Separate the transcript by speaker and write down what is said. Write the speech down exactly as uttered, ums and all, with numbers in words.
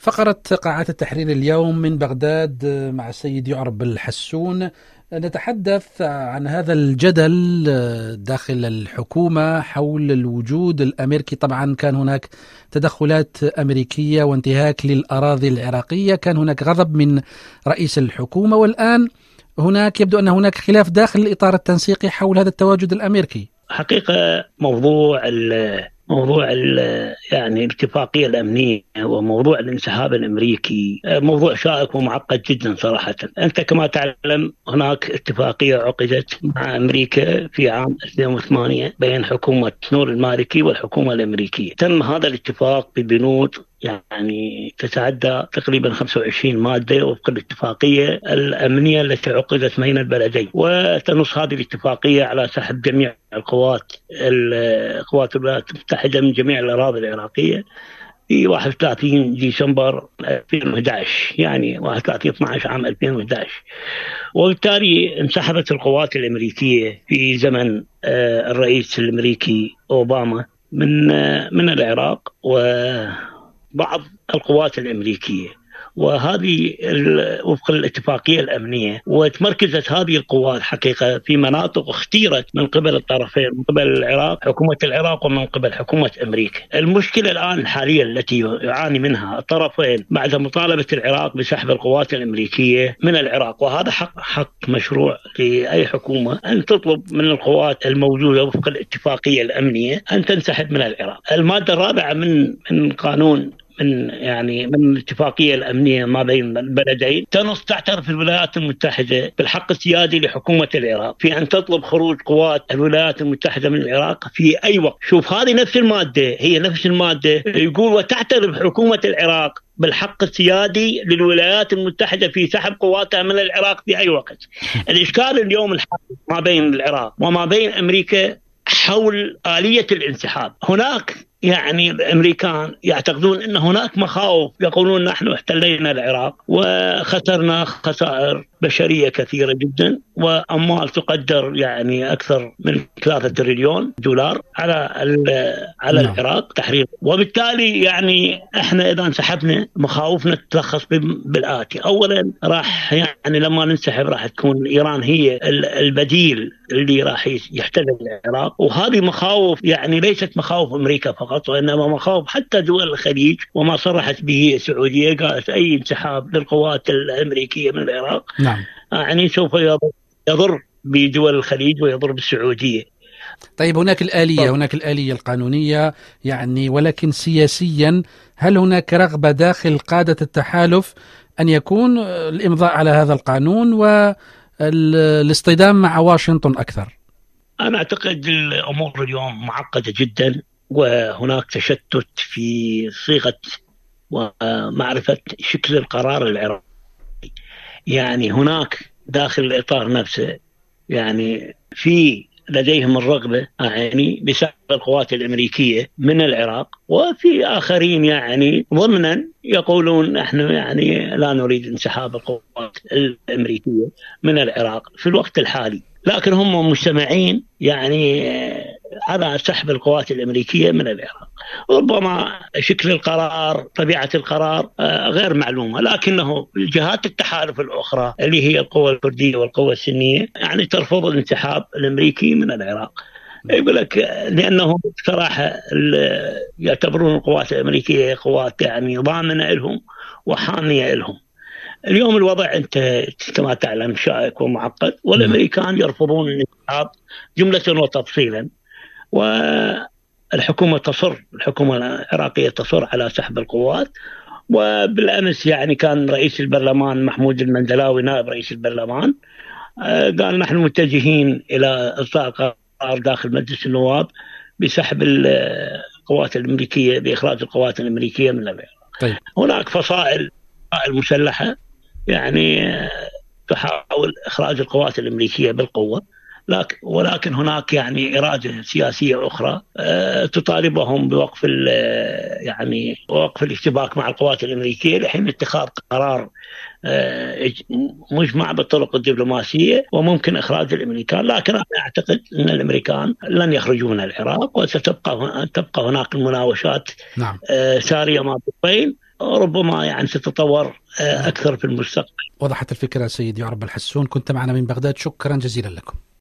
Speaker 1: فقرة قاعات التحرير اليوم من بغداد مع السيد يعرب الحسون. نتحدث عن هذا الجدل داخل الحكومة حول الوجود الأمريكي. طبعا كان هناك تدخلات أمريكية وانتهاك للأراضي العراقية، كان هناك غضب من رئيس الحكومة، والآن هناك يبدو أن هناك خلاف داخل الإطار التنسيقي حول هذا التواجد الأمريكي.
Speaker 2: حقيقة موضوع موضوع يعني الاتفاقية الأمنية وموضوع الانسحاب الأمريكي موضوع شائك ومعقد جدا صراحة. أنت كما تعلم هناك اتفاقية عقدت مع أمريكا في عام ألفين وثمانية بين حكومة نور المالكي والحكومة الأمريكية. تم هذا الاتفاق ببنود يعني تتعدى تقريبا خمسة وعشرين مادة وفق الاتفاقية الأمنية التي عقدت بين البلدين، وتنص هذه الاتفاقية على سحب جميع القوات القوات الولايات المتحدة من جميع الأراضي العراقية في واحد وثلاثين ديسمبر ألفين وأحد عشر، يعني واحد وثلاثين اثنا عشر عام ألفين وأحد عشر، وبالتالي انسحبت القوات الأمريكية في زمن الرئيس الأمريكي أوباما من من العراق وبعض القوات الأمريكية، وهذه وفق الاتفاقية الأمنية. وتمركزت هذه القوات حقيقة في مناطق اختيرت من قبل الطرفين، من قبل العراق حكومة العراق ومن قبل حكومة أمريكا. المشكلة الآن الحالية التي يعاني منها الطرفين بعد مطالبة العراق بسحب القوات الأمريكية من العراق، وهذا حق حق مشروع لأي حكومة أن تطلب من القوات الموجودة وفق الاتفاقية الأمنية أن تنسحب من العراق. المادة الرابعة من من قانون من يعني من الاتفاقية الأمنية ما بين البلدين تنص تعترف الولايات المتحدة بالحق السيادي لحكومة العراق في أن تطلب خروج قوات الولايات المتحدة من العراق في أي وقت. شوف، هذه نفس المادة، هي نفس المادة يقول وتعترف حكومة العراق بالحق السيادي للولايات المتحدة في سحب قواتها من العراق في أي وقت. الإشكال اليوم الحالي ما بين العراق وما بين أمريكا حول آلية الانسحاب. هناك يعني الأمريكان يعتقدون أن هناك مخاوف، يقولون نحن احتلينا العراق وخسرنا خسائر بشرية كثيرة جدا وأموال تقدر يعني أكثر من ثلاثة تريليون دولار على على العراق تحرير، وبالتالي يعني احنا إذا انسحبنا مخاوفنا تتلخص بالآتي. أولا راح يعني لما ننسحب راح تكون إيران هي البديل اللي راح يحتل العراق، وهذه مخاوف يعني ليست مخاوف أمريكا فقط وإنما مخاوف حتى دول الخليج، وما صرحت به السعودية قالت أي انسحاب للقوات الأمريكية من العراق نعم. يعني سوف يضر, يضر بدول الخليج ويضر بالسعودية.
Speaker 1: طيب هناك الآلية طب. هناك الآلية القانونية يعني، ولكن سياسيا هل هناك رغبة داخل قادة التحالف أن يكون الإمضاء على هذا القانون والاصطدام مع واشنطن أكثر؟
Speaker 2: أنا أعتقد الأمور اليوم معقدة جدا، وهناك تشتت في صيغة ومعرفة شكل القرار العراقي. يعني هناك داخل الإطار نفسه يعني في لديهم الرغبة يعني بسحب القوات الأمريكية من العراق، وفي آخرين يعني ضمنا يقولون نحن يعني لا نريد انسحاب القوات الأمريكية من العراق في الوقت الحالي، لكن هم مجتمعين يعني على سحب القوات الأمريكية من العراق. ربما شكل القرار طبيعة القرار غير معلومة، لكنه الجهات التحالف الأخرى اللي هي القوى الكردية والقوى السنية يعني ترفض الانسحاب الأمريكي من العراق. يقول لك لأنهم صراحة يعتبرون القوات الأمريكية قوات يعني ضامنة لهم وحامية لهم. اليوم الوضع أنت كما تعلم شائك ومعقد، والأمريكان يرفضون الانسحاب جملة وتفصيلا، والحكومة تصر الحكومة العراقية تصر على سحب القوات. وبالأمس يعني كان رئيس البرلمان محمود المندلاوي نائب رئيس البرلمان قال نحن متجهين إلى إصدار قرار داخل مجلس النواب بسحب القوات الأمريكية بإخراج القوات الأمريكية من العراق. طيب. هناك فصائل المسلحة يعني تحاول إخراج القوات الأمريكية بالقوة، لكن ولكن هناك يعني إرادة سياسية أخرى تطالبهم بوقف يعني وقف الاشتباك مع القوات الأمريكية لحين اتخاذ قرار مجمع بالطرق الدبلوماسية وممكن إخراج الأمريكان. لكن أنا أعتقد أن الأمريكان لن يخرجوا من العراق، وستبقى تبقى هناك المناوشات نعم. سارية ما بين ربما يعني تتطور أكثر في المستقبل.
Speaker 1: وضحت الفكرة سيد يعرب الحسون، كنت معنا من بغداد، شكرا جزيلا لكم.